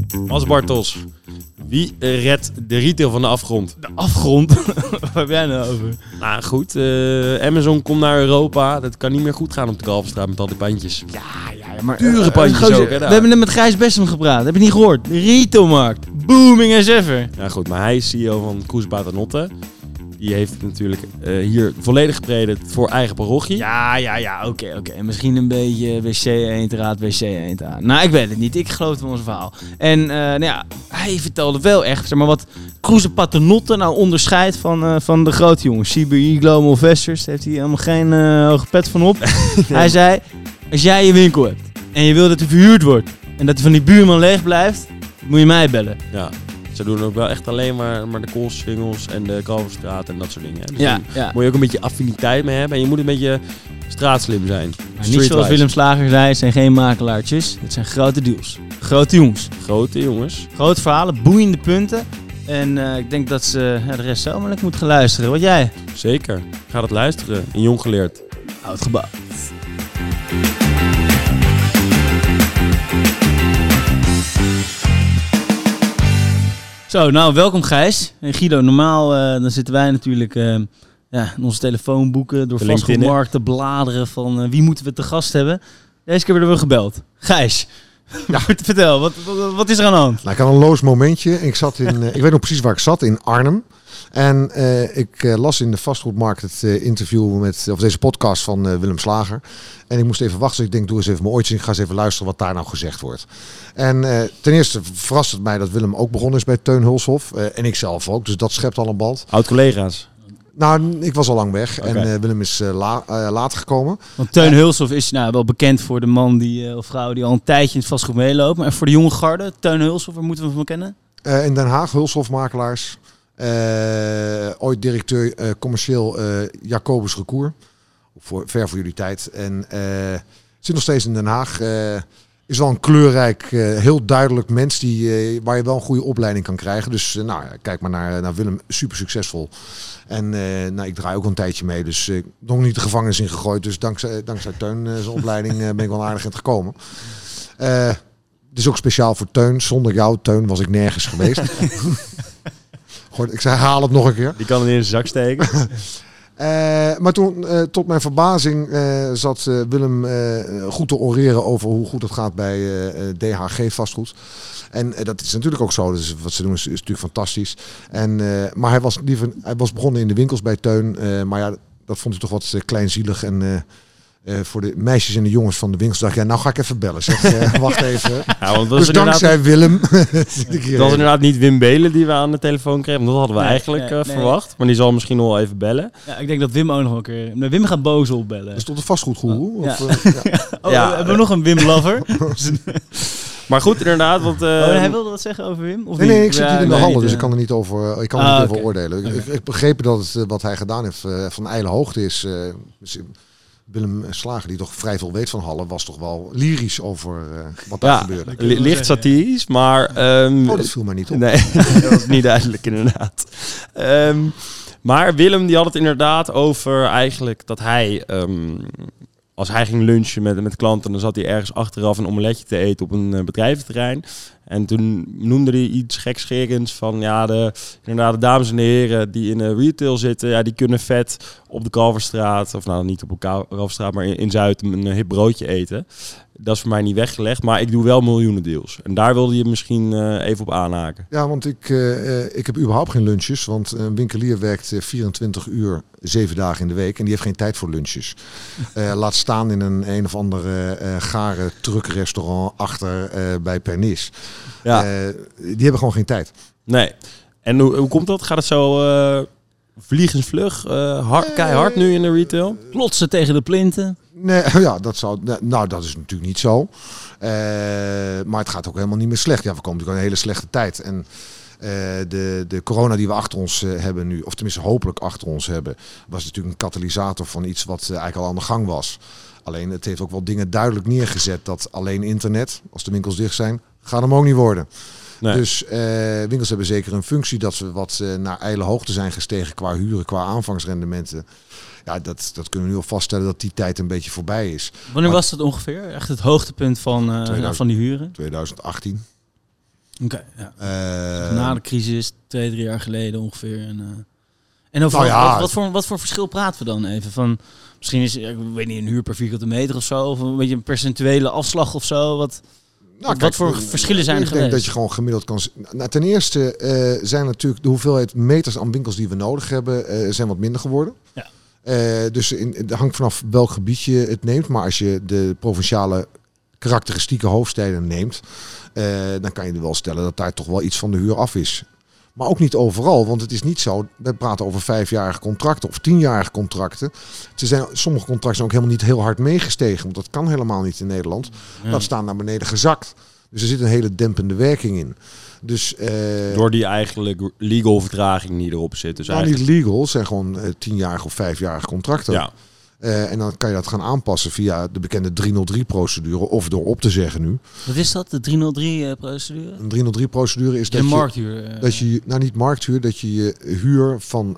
Mas Bartels, wie redt de retail van de afgrond? De afgrond? Waar heb jij nou over? Nou goed, Amazon komt naar Europa. Dat kan niet meer goed gaan op de Kalverstraat met al die pandjes. Ja, maar... Dure pandjes gozer, ook, hè, daar. we hebben net met Gijs Bessem gepraat. Heb je niet gehoord? De retailmarkt. Booming as ever. Ja goed, maar hij is CEO van Kroes Paternotte. Die heeft natuurlijk hier volledig gepredikt voor eigen parochie. Ja, oké. En misschien een beetje wc-eend aan. Nou, ik weet het niet. Ik geloof het van ons verhaal. En hij vertelde wel echt, zeg maar, wat Kroes Paternotte nou onderscheidt van de grote jongens. CBI, Global Investors, daar heeft hij helemaal geen hoge pet van op. Hij zei, als jij je winkel hebt en je wil dat hij verhuurd wordt en dat hij van die buurman leeg blijft, moet je mij bellen. Ja. Ze doen ook wel echt alleen maar de koolsingels en de Kalverstraat en dat soort dingen. Dus ja. moet je ook een beetje affiniteit mee hebben. En je moet een beetje straatslim zijn. Maar niet zoals Willem Slager zei, het zijn geen makelaartjes. Het zijn grote deals. Grote jongens. Grote jongens. Grote verhalen, boeiende punten. En ik denk dat ze de rest zo maar lekker moeten gaan luisteren. Wat jij? Zeker. Ga dat luisteren. In Jong Geleerd. Oud gebouw. Zo, nou welkom Gijs. En Guido, normaal dan zitten wij natuurlijk in onze telefoonboeken door vastgoedmarkten bladeren van wie moeten we te gast hebben. Deze keer werden we gebeld. Gijs, vertel, wat is er aan de hand? Nou, ik had een loos momentje. Ik weet nog precies waar ik zat, in Arnhem. En ik las in de vastgoedmarkt het interview of deze podcast van Willem Slager. En ik moest even wachten. Dus ik denk, doe eens even mijn oortjes in. Ik ga eens even luisteren wat daar nou gezegd wordt. En ten eerste verrast het mij dat Willem ook begonnen is bij Teun Hulshof. En ik zelf ook. Dus dat schept al een band. Oud-collega's. Nou, ik was al lang weg. Okay. En Willem is later gekomen. Want Teun Hulshof is wel bekend voor de man of vrouw die al een tijdje in het vastgoed meeloopt. Maar voor de jonge garde, Teun Hulshof, waar moeten we van kennen? In Den Haag, Hulshofmakelaars. Ooit directeur commercieel Jacobus Recour. Ver voor jullie tijd. En zit nog steeds in Den Haag. Is wel een kleurrijk, heel duidelijk mens waar je wel een goede opleiding kan krijgen. Dus kijk maar naar Willem, super succesvol. En ik draai ook een tijdje mee, dus nog niet de gevangenis in gegooid. Dus dankzij Teun zijn opleiding ben ik wel aardig in het gekomen. Het is ook speciaal voor Teun. Zonder jou, Teun, was ik nergens geweest. Goed, ik zei, haal het nog een keer. Die kan het in zijn zak steken. Maar toen, tot mijn verbazing, zat Willem goed te oreren over hoe goed het gaat bij DHG Vastgoed. En dat is natuurlijk ook zo. Dus wat ze doen is natuurlijk fantastisch. Maar hij was begonnen in de winkels bij Teun. Maar ja, dat vond hij toch wat kleinzielig. En voor de meisjes en de jongens van de winkels dacht ik, nou ga ik even bellen. Zeg, wacht even. Ja, want dus dankzij Willem. Dat was inderdaad niet Wim Belen die we aan de telefoon kregen. Dat hadden we eigenlijk verwacht. Maar die zal misschien nog wel even bellen. Ja, ik denk dat Wim ook nog een keer... Nee, Wim gaat boos opbellen. Is tot de vastgoedgoeroe? Ja. Hebben we nog een Wim Lover? Maar goed, inderdaad. Want, hij wilde wat zeggen over Wim? Of nee, ik zit hier in de hallen, dus ik kan er niet over, niet over oordelen. Okay. Ik begreep dat het, wat hij gedaan heeft van ijle hoogte is. Willem Slager, die toch vrij veel weet van Halle, was toch wel lyrisch over wat daar gebeurde. Licht satirisch, maar... dat viel mij niet op. Nee, dat was niet duidelijk inderdaad. Maar Willem die had het inderdaad over eigenlijk dat hij... als hij ging lunchen met klanten, dan zat hij ergens achteraf een omeletje te eten op een bedrijventerrein. En toen noemde hij iets gekscherends van inderdaad de dames en de heren die in de retail zitten, die kunnen vet op de Kalverstraat, of niet op de Kalverstraat, maar in Zuid een hip broodje eten. Dat is voor mij niet weggelegd, maar ik doe wel miljoenen deals. En daar wilde je misschien even op aanhaken. Ja, want ik heb überhaupt geen lunches, want een winkelier werkt 24 uur, 7 dagen in de week en die heeft geen tijd voor lunches. Laat staan in een of andere gare truckrestaurant achter bij Pernis. Ja. Die hebben gewoon geen tijd. Nee. En hoe komt dat? Gaat het zo vliegensvlug, keihard nu in de retail? Klotsen tegen de plinten? Nee, dat is natuurlijk niet zo. Maar het gaat ook helemaal niet meer slecht. Ja, we komen natuurlijk aan een hele slechte tijd. En de corona die we achter ons hebben nu, of tenminste hopelijk achter ons hebben, was natuurlijk een katalysator van iets wat eigenlijk al aan de gang was. Alleen het heeft ook wel dingen duidelijk neergezet dat alleen internet, als de winkels dicht zijn, gaat hem ook niet worden. Nee. Dus winkels hebben zeker een functie dat ze wat naar ijle hoogte zijn gestegen qua huren, qua aanvangsrendementen. Ja, dat kunnen we nu al vaststellen dat die tijd een beetje voorbij is. Wanneer was dat ongeveer? Echt het hoogtepunt van die huren? 2018. Oké, ja. Na de crisis, 2-3 jaar geleden ongeveer. En over Nou ja, wat voor verschil praten we dan even? Van, misschien is ik weet niet, een huur per vierkante meter of zo, of een beetje een percentuele afslag of zo. Wat voor verschillen zijn er geweest? Ik denk dat je gewoon gemiddeld kan... Nou, ten eerste zijn natuurlijk de hoeveelheid meters aan winkels die we nodig hebben, zijn wat minder geworden. Ja. Dus het hangt vanaf welk gebied je het neemt. Maar als je de provinciale karakteristieke hoofdsteden neemt, dan kan je er wel stellen dat daar toch wel iets van de huur af is. Maar ook niet overal, want het is niet zo. We praten over 5-jarige contracten of 10-jarige contracten. Sommige contracten zijn ook helemaal niet heel hard meegestegen, want dat kan helemaal niet in Nederland. Ja. Dat staan naar beneden gezakt. Dus er zit een hele dempende werking in. Dus, door die eigenlijk legal vertraging die erop zit. Dus niet legal, het zijn gewoon 10-jarige of 5-jarige contracten. Ja. En dan kan je dat gaan aanpassen via de bekende 303-procedure of door op te zeggen nu. Wat is dat, de 303-procedure? Een 303-procedure is de markthuur. Dat je, nou niet markthuur, dat je je huur van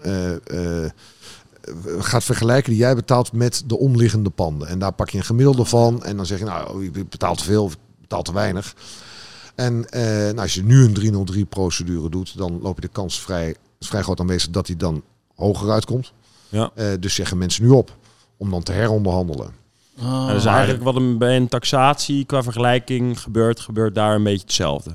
gaat vergelijken die jij betaalt met de omliggende panden. En daar pak je een gemiddelde van en dan zeg je, nou, ik betaal te veel of ik betaal te weinig. En als je nu een 303-procedure doet, dan loop je de kans vrij groot aanwezig dat die dan hoger uitkomt. Ja. Dus zeggen mensen nu op om dan te heronderhandelen. Dus eigenlijk wat bij een taxatie qua vergelijking gebeurt daar een beetje hetzelfde.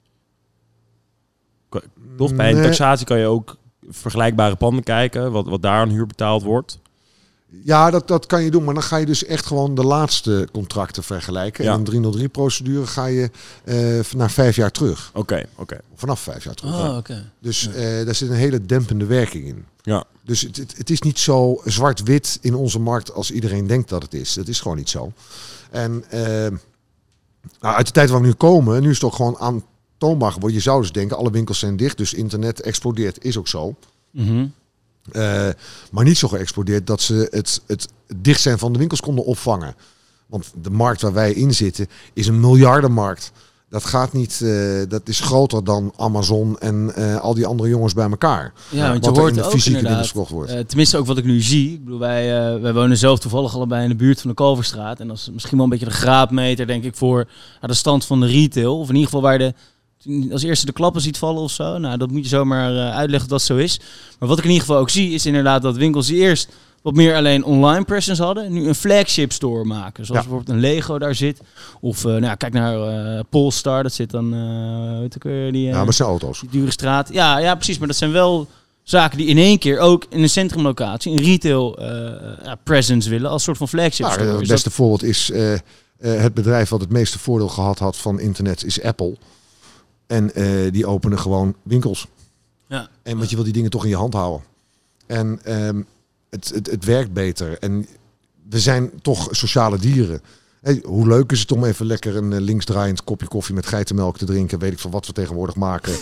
Toch? Bij een taxatie kan je ook vergelijkbare panden kijken, wat daar aan huur betaald wordt. Ja, dat kan je doen, maar dan ga je dus echt gewoon de laatste contracten vergelijken. Ja. In een 303-procedure ga je naar 5 jaar terug. Oké. Vanaf 5 jaar terug. Oké. Dus daar zit een hele dempende werking in. Ja. Dus het is niet zo zwart-wit in onze markt als iedereen denkt dat het is. Dat is gewoon niet zo. En uit de tijd waar we nu komen, nu is het ook gewoon aantoonbaar geworden. Je zou dus denken, alle winkels zijn dicht, dus internet explodeert. Is ook zo. Mm-hmm. Maar niet zo geëxplodeerd dat ze het dicht zijn van de winkels konden opvangen. Want de markt waar wij in zitten is een miljardenmarkt. Dat gaat niet, dat is groter dan Amazon en al die andere jongens bij elkaar. Ja, want je wat er hoort in de ook fysieke inderdaad, dingen verkocht wordt. tenminste ook wat ik nu zie. Ik bedoel, wij wonen zelf toevallig allebei in de buurt van de Kalverstraat. En dat is misschien wel een beetje de graadmeter, denk ik, voor de stand van de retail. Of in ieder geval waar als eerste de klappen ziet vallen of zo. Nou, dat moet je zomaar uitleggen dat dat zo is. Maar wat ik in ieder geval ook zie, is inderdaad dat winkels die eerst wat meer alleen online presence hadden, nu een flagship store maken. Zoals bijvoorbeeld een Lego daar zit. Of kijk naar Polestar, dat zit dan, weet ik weer, die... met zijn auto's. Die dure straat. Ja, precies. Maar dat zijn wel zaken die in één keer ook in een centrumlocatie, een retail presence willen, als soort van flagship store. Het beste voorbeeld is het bedrijf wat het meeste voordeel gehad had van internet is Apple. En die openen gewoon winkels. Ja. En want je wil die dingen toch in je hand houden. En het werkt beter. En we zijn toch sociale dieren. Hey, hoe leuk is het om even lekker een linksdraaiend kopje koffie met geitenmelk te drinken. Weet ik van wat we tegenwoordig maken.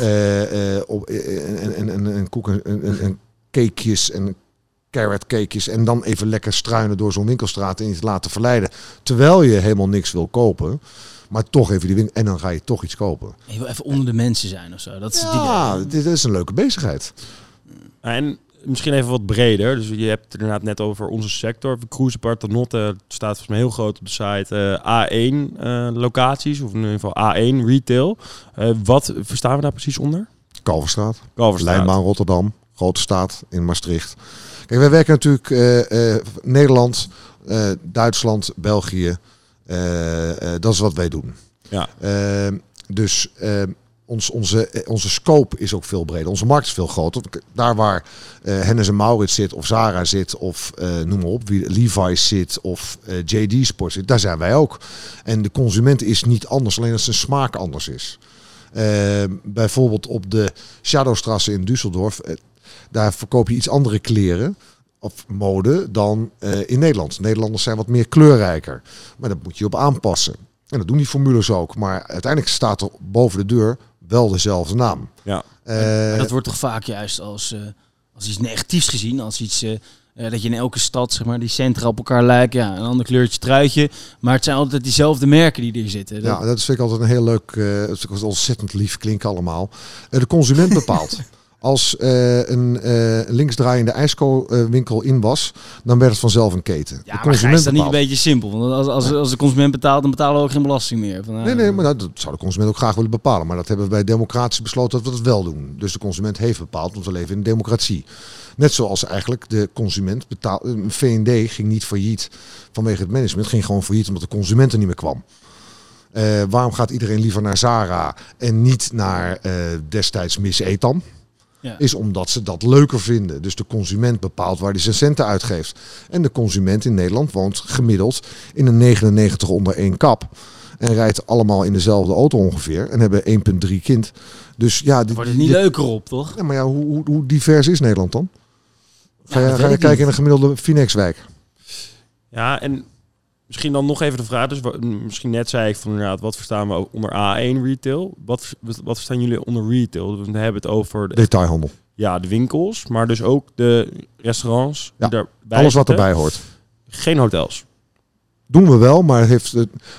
En koeken en cakejes en carrot cakejes. En dan even lekker struinen door zo'n winkelstraat en je te laten verleiden. Terwijl je helemaal niks wil kopen. Maar toch even die winkel. En dan ga je toch iets kopen. Je wil even onder de mensen zijn of zo. Dat is dit is een leuke bezigheid. En misschien even wat breder. Dus je hebt het inderdaad net over onze sector. Cruise Paternotte staat volgens mij heel groot op de site. A1 locaties, of in ieder geval A1 retail. Wat verstaan we daar precies onder? Kalverstraat. Lijnbaan Rotterdam. Grote Staat in Maastricht. Kijk, wij werken natuurlijk Nederland, Duitsland, België. Dat is wat wij doen. Ja. Dus onze scope is ook veel breder. Onze markt is veel groter. Daar waar Hennes & Mauritz zit, of Zara zit, of noem maar op, wie Levi's zit, of JD Sport zit, daar zijn wij ook. En de consument is niet anders, alleen dat zijn smaak anders is. Bijvoorbeeld op de Shadowstrasse in Düsseldorf, daar verkoop je iets andere kleren of mode dan in Nederland. Nederlanders zijn wat meer kleurrijker. Maar dat moet je op aanpassen. En dat doen die formules ook. Maar uiteindelijk staat er boven de deur wel dezelfde naam. Ja. Dat wordt toch vaak juist als iets negatiefs gezien. Als iets dat je in elke stad, zeg maar, die centra op elkaar lijken. Ja, een ander kleurtje truitje. Maar het zijn altijd diezelfde merken die er zitten. Dat vind ik altijd een heel leuk... het is ontzettend lief klinken allemaal. De consument bepaalt. Als een linksdraaiende ijsko-winkel in was, dan werd het vanzelf een keten. Ja, maar is dat niet een beetje simpel? Want als de consument betaalt, dan betalen we ook geen belasting meer. Nee, maar dat zou de consument ook graag willen bepalen. Maar dat hebben we bij democratisch besloten dat we dat wel doen. Dus de consument heeft bepaald, want we leven in een democratie. Net zoals eigenlijk de consument betaalt. V&D ging niet failliet vanwege het management. Ging gewoon failliet omdat de consument er niet meer kwam. Waarom gaat iedereen liever naar Zara en niet naar destijds Miss Etam? Ja. Is omdat ze dat leuker vinden. Dus de consument bepaalt waar hij zijn centen uitgeeft. En de consument in Nederland woont gemiddeld in een 99 onder 1 kap. En rijdt allemaal in dezelfde auto ongeveer. En hebben 1,3 kind. Dus ja, wordt het niet leuker op, toch? Ja, maar ja, hoe divers is Nederland dan? Ga je kijken in een gemiddelde Finex-wijk? Ja, en misschien dan nog even de vraag. Dus misschien net zei ik van inderdaad, wat verstaan we onder A1 retail? Wat verstaan jullie onder retail? We hebben het over detailhandel. Ja, de winkels, maar dus ook de restaurants. Ja, alles wat erbij hoort. Geen hotels. Doen we wel, maar heeft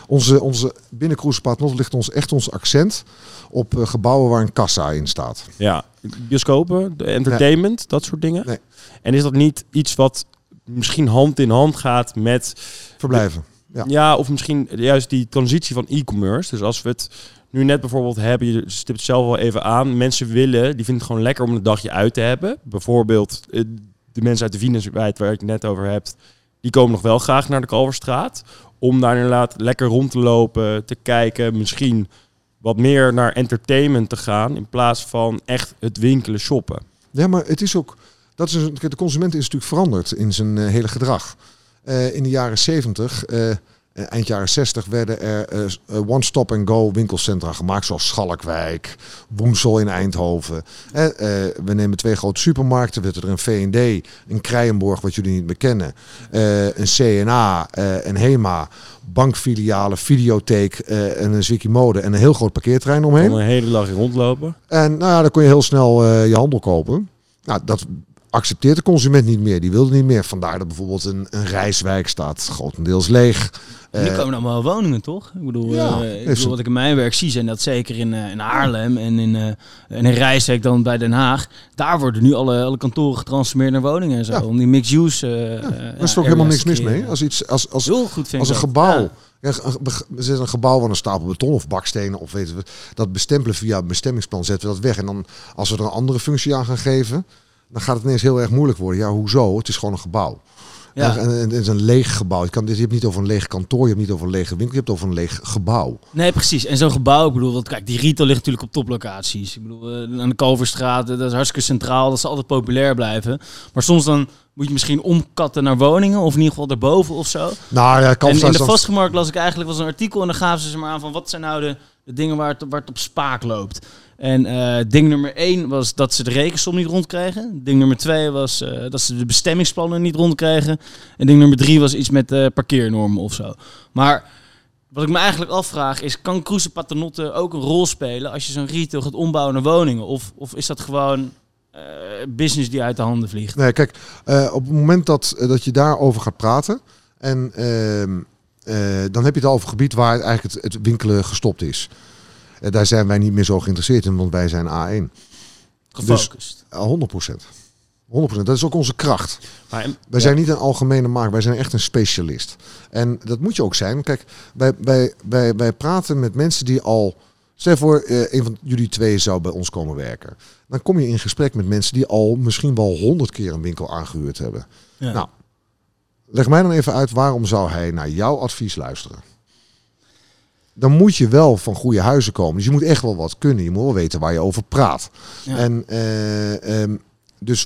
onze binnen Kroeze Paternotte ligt ons accent op gebouwen waar een kassa in staat. Ja, bioscopen, de entertainment, dat soort dingen. Nee. En is dat niet iets wat misschien hand in hand gaat met verblijven? Ja, of misschien juist die transitie van e-commerce. Dus als we het nu net bijvoorbeeld hebben, je stipt het zelf wel even aan. Mensen die vinden het gewoon lekker om een dagje uit te hebben. Bijvoorbeeld de mensen uit de Venuswijk waar ik het net over heb, die komen nog wel graag naar de Kalverstraat. Om daar inderdaad lekker rond te lopen, te kijken, misschien wat meer naar entertainment te gaan in plaats van echt het winkelen, shoppen. Ja, maar het is ook, de consument is natuurlijk veranderd in zijn hele gedrag. In de jaren 70, eind jaren 60 werden er one-stop-and-go winkelcentra gemaakt, zoals Schalkwijk, Woensel in Eindhoven. We nemen 2 grote supermarkten, we hebben er een V&D, een Krijenborg, wat jullie niet meer kennen, een CNA, een HEMA, bankfilialen, videotheek en een Zwikkie Mode en een heel groot parkeerterrein omheen. Kon een hele dag rondlopen. En dan kon je heel snel je handel kopen. Nou, dat accepteert de consument niet meer. Die wil het niet meer. Vandaar dat bijvoorbeeld een Rijswijk staat grotendeels leeg. Nu komen allemaal woningen, toch? Ik bedoel, wat ik in mijn werk zie, zijn dat zeker in Haarlem en in Rijswijk dan bij Den Haag. Daar worden nu alle kantoren getransformeerd naar woningen en zo. Ja. Om die mixed use. Daar is toch helemaal niks mis mee. Als een gebouw. Ja, we zetten een gebouw van een stapel beton of bakstenen of weten we dat bestempelen via een bestemmingsplan, zetten we dat weg. En dan als we er een andere functie aan gaan geven, dan gaat het ineens heel erg moeilijk worden. Ja, hoezo? Het is gewoon een gebouw. Ja. En het is een leeg gebouw. Je hebt niet over een leeg kantoor, je hebt niet over een lege winkel, je hebt over een leeg gebouw. Nee, precies. En zo'n gebouw, ik bedoel, want kijk, die retail ligt natuurlijk op toplocaties. Ik bedoel, aan de Kalverstraat, dat is hartstikke centraal, dat zal altijd populair blijven. Maar soms dan moet je misschien omkatten naar woningen, of in ieder geval daarboven of zo. Nou ja, en in de vastgemarkt las ik eigenlijk was een artikel en dan gaven ze maar aan van wat zijn nou de dingen waar het op spaak loopt. En ding nummer 1 was dat ze de rekensom niet rondkregen. Ding nummer 2 was dat ze de bestemmingsplannen niet rondkregen. En ding nummer 3 was iets met parkeernormen of zo. Maar wat ik me eigenlijk afvraag is, kan Kroeze Paternotte ook een rol spelen als je zo'n retail gaat ombouwen naar woningen? Of is dat gewoon business die uit de handen vliegt? Nee, kijk, op het moment dat je daarover gaat praten en dan heb je het al over een gebied waar eigenlijk het winkelen gestopt is. Daar zijn wij niet meer zo geïnteresseerd in, want wij zijn A1. Gefocust. Dus, 100%. Dat is ook onze kracht. Wij zijn niet een algemene markt, wij zijn echt een specialist. En dat moet je ook zijn. Kijk, wij praten met mensen die al... Stel voor, een van jullie 2 zou bij ons komen werken. Dan kom je in gesprek met mensen die al misschien wel 100 keer een winkel aangehuurd hebben. Ja. Nou, leg mij dan even uit, waarom zou hij naar jouw advies luisteren? Dan moet je wel van goede huizen komen. Dus je moet echt wel wat kunnen. Je moet wel weten waar je over praat. Ja. En dus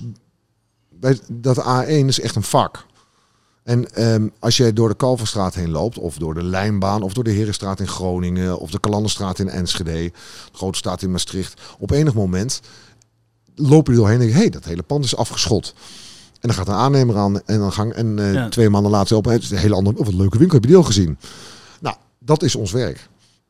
dat A1 is echt een vak. En als jij door de Kalverstraat heen loopt, of door de Lijnbaan, of door de Herenstraat in Groningen, of de Kalanderstraat in Enschede, de Grote Straat in Maastricht, op enig moment lopen die doorheen en denk je, dat hele pand is afgeschot. En dan gaat een aannemer aan en dan gang. En 2 maanden later open, het is een hele andere, wat een leuke winkel, heb je die al gezien? Nou, dat is ons werk.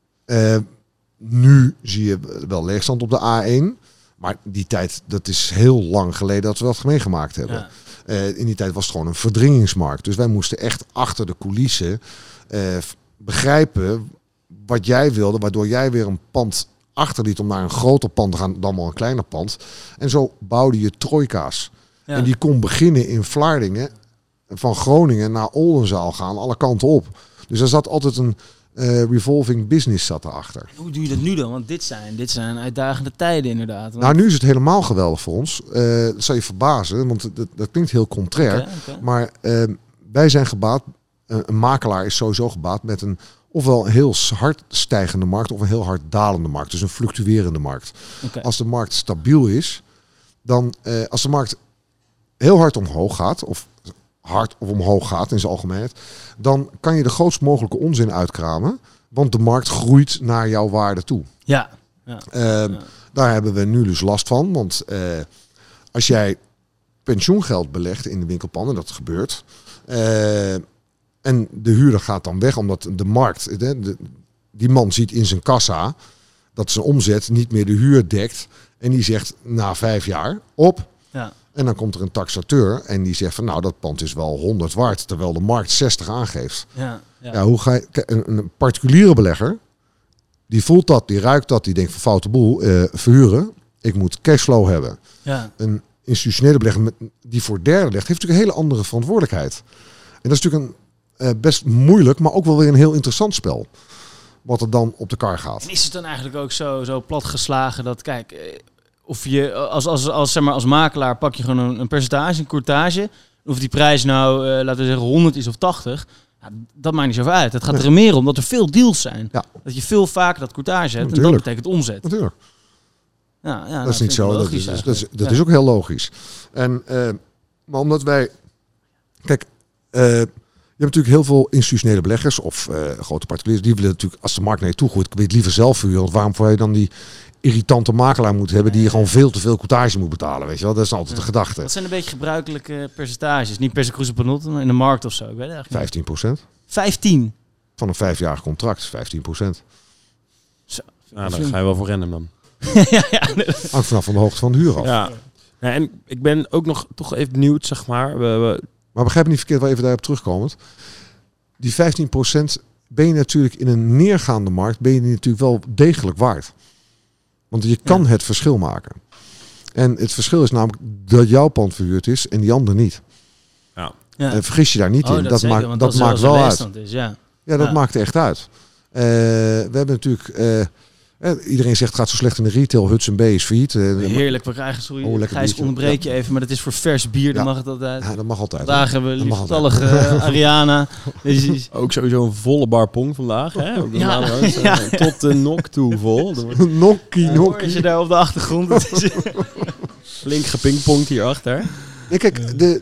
Nu zie je wel leegstand op de A1. Maar die tijd, dat is heel lang geleden dat we dat meegemaakt hebben. Ja. In die tijd was het gewoon een verdringingsmarkt. Dus wij moesten echt achter de coulissen begrijpen wat jij wilde. Waardoor jij weer een pand achterliet om naar een groter pand te gaan dan maar een kleiner pand. En zo bouwde je trojka's. Ja. En die kon beginnen in Vlaardingen, van Groningen naar Oldenzaal gaan, alle kanten op. Dus er zat altijd een revolving business zat erachter. Hoe doe je dat nu dan? Want dit zijn uitdagende tijden inderdaad. Want... Nou, nu is het helemaal geweldig voor ons. Dat zal je verbazen, want dat klinkt heel contrair. Oké. Maar wij zijn gebaat, een makelaar is sowieso gebaat met een ofwel een heel hard stijgende markt of een heel hard dalende markt. Dus een fluctuerende markt. Oké. Als de markt stabiel is, dan als de markt heel hard omhoog gaat, of hard of omhoog gaat in zijn algemeenheid, dan kan je de grootst mogelijke onzin uitkramen, want de markt groeit naar jouw waarde toe. Ja. Daar hebben we nu dus last van, want als jij pensioengeld belegt in de winkelpand, en dat gebeurt, en de huurder gaat dan weg, omdat de markt, die man ziet in zijn kassa dat zijn omzet niet meer de huur dekt, en die zegt na 5 jaar op. Ja. En dan komt er een taxateur en die zegt van nou, dat pand is wel 100 waard, terwijl de markt 60 aangeeft. Ja, hoe ga je, een particuliere belegger, die voelt dat, die ruikt dat, die denkt van foute boel, verhuren, ik moet cashflow hebben. Ja. Een institutionele belegger die voor derden legt, heeft natuurlijk een hele andere verantwoordelijkheid. En dat is natuurlijk een best moeilijk, maar ook wel weer een heel interessant spel. Wat er dan op de kar gaat. En is het dan eigenlijk ook zo platgeslagen dat, kijk, of je zeg maar, als makelaar pak je gewoon een percentage, een courtage. Of die prijs nou, laten we zeggen, 100 is of 80. Ja, dat maakt niet zoveel uit. Het gaat er meer om dat er veel deals zijn. Ja. Dat je veel vaker dat courtage hebt. Natuurlijk. En dat betekent omzet. Natuurlijk. Ja, dat is niet zo. Dat is ook heel logisch. En, maar omdat wij... Kijk, je hebt natuurlijk heel veel institutionele beleggers of grote particuliers. Die willen natuurlijk, als de markt naar je toe groeit, wil je het liever zelf verhuren. Want waarom zou je dan die irritante makelaar moeten hebben die je gewoon veel te veel courtage moet betalen? Weet je wel? Dat is altijd de gedachte. Wat zijn een beetje gebruikelijke percentages? Niet per se Cruise Panotte, maar in de markt of zo. Ik weet het eigenlijk 15%. 15? Van een 5-jarig contract, 15%. Zo, nou, dan ga je wel voor rennen dan. Hangt vanaf van de hoogte van de huur af. Ja. Ja, en ik ben ook nog toch even benieuwd, zeg maar. Maar begrijp me niet verkeerd, wel even daarop terugkomend. Die 15% ben je natuurlijk in een neergaande markt, ben je die natuurlijk wel degelijk waard. Want je kan het verschil maken. En het verschil is namelijk dat jouw pand verhuurd is en die ander niet. Ja. En vergis je daar niet in. Dat zeker, maakt wel uit. Is, dat maakt echt uit. We hebben natuurlijk... iedereen zegt het gaat zo slecht in de retail. Hudson Bay is failliet. Heerlijk, we krijgen, sorry, Gijs, ik onderbreek je even, maar dat is voor vers bier, dan mag het altijd. Ja, dat mag altijd. Vandaag hebben we liefstallige Ariana. Ook sowieso een volle barpong vandaag. Hè? Tot de nok toe vol. Nokkie. Als je daar op de achtergrond... Flink gepingpongd hierachter. Nee, kijk,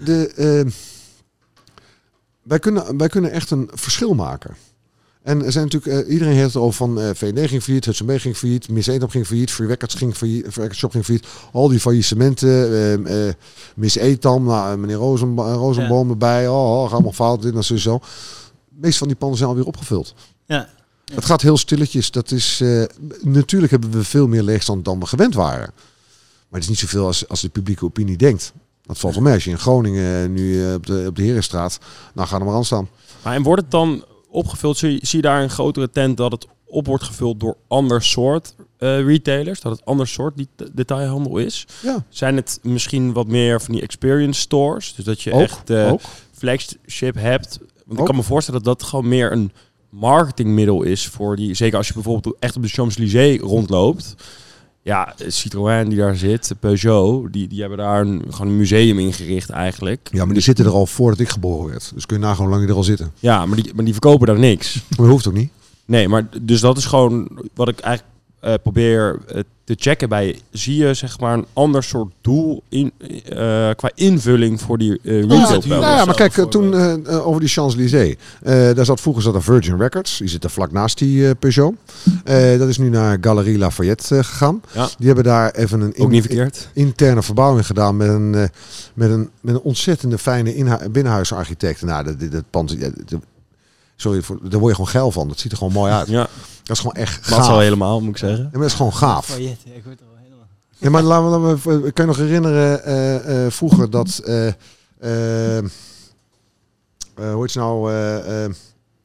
wij kunnen echt een verschil maken. En er zijn natuurlijk, iedereen heeft het over van V9 ging failliet, Hudson Bay ging failliet, Miss Eendam ging failliet, Free Records ging failliet, Free Records Shop ging failliet. Al die faillissementen, Miss Eendam, meneer Rozenboom erbij, gaat allemaal fout, dit en zo. De meeste van die panden zijn alweer opgevuld. Ja. Het gaat heel stilletjes. Dat is, natuurlijk hebben we veel meer leegstand dan we gewend waren. Maar het is niet zoveel als de publieke opinie denkt. Dat valt wel mee. Als je in Groningen nu op de Herenstraat, nou ga er maar aan staan. Maar en wordt het dan opgevuld? Zie je daar een grotere tent dat het op wordt gevuld door ander soort retailers? Dat het ander soort detailhandel is? Ja. Zijn het misschien wat meer van die experience stores? Dus dat je echt flagship hebt? Want ik kan me voorstellen dat dat gewoon meer een marketingmiddel is voor die... Zeker als je bijvoorbeeld echt op de Champs-Élysées rondloopt. Ja, Citroën die daar zit, Peugeot, die hebben daar gewoon een museum ingericht eigenlijk. Ja, maar die zitten er al voordat ik geboren werd. Dus kun je nagaan hoe lang die er al zitten. Ja, maar die verkopen daar niks. Maar dat hoeft ook niet. Nee, maar dus dat is gewoon wat ik eigenlijk probeer te checken bij. Zie je zeg maar een ander soort doel qua invulling voor die retail? Ja, maar kijk, toen over die Champs-Élysées. Daar zat vroeger Virgin Records. Die zit er vlak naast die Peugeot. Dat is nu naar Galerie Lafayette gegaan. Ja. Die hebben daar even een interne verbouwing gedaan met een ontzettende fijne binnenhuisarchitect. Nou, dat pand... Sorry, daar word je gewoon geil van. Dat ziet er gewoon mooi uit. Ja. Dat is gewoon echt gaaf. Dat is al helemaal, moet ik zeggen. Ja, maar dat is gewoon gaaf. Ik word er wel helemaal... Ja, maar laten we kan je nog herinneren vroeger dat... hoe heet het nou?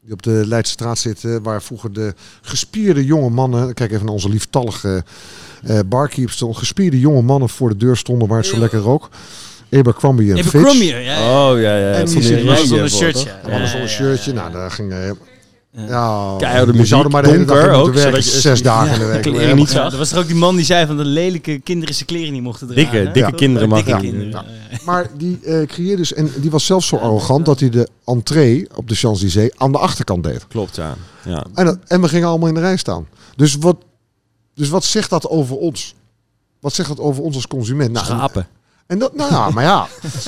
die op de Leidse straat zitten, waar vroeger de gespierde jonge mannen, kijk even naar onze lieftallige barkeep stond, gespierde jonge mannen voor de deur stonden waar het zo lekker rook. Abercrombie en Fitch. Abercrombie, ja. Oh, ja. En die Van zitten reggae zonder voor, shirtje. toch? Hadden zonder shirtje. Nou, daar ging... Keiharde je muziek, zou er maar de hele dag donker in ook, moeten werken, zodat je 6 dagen in de week. kleren niet zag. Er was er ook die man die zei van dat lelijke kinderen zijn kleren niet mochten dragen. Dikke kinderen mag dikke niet. kinderen. Ja. Maar die creëerde dus... En die was zelfs zo arrogant dat hij de entree op de Champs-Élysées aan de achterkant deed. Klopt, ja. En we gingen allemaal in de rij staan. Dus wat zegt dat over ons? Wat zegt dat over ons als consument? Nou, Schapen. en dat, nou ja, maar ja.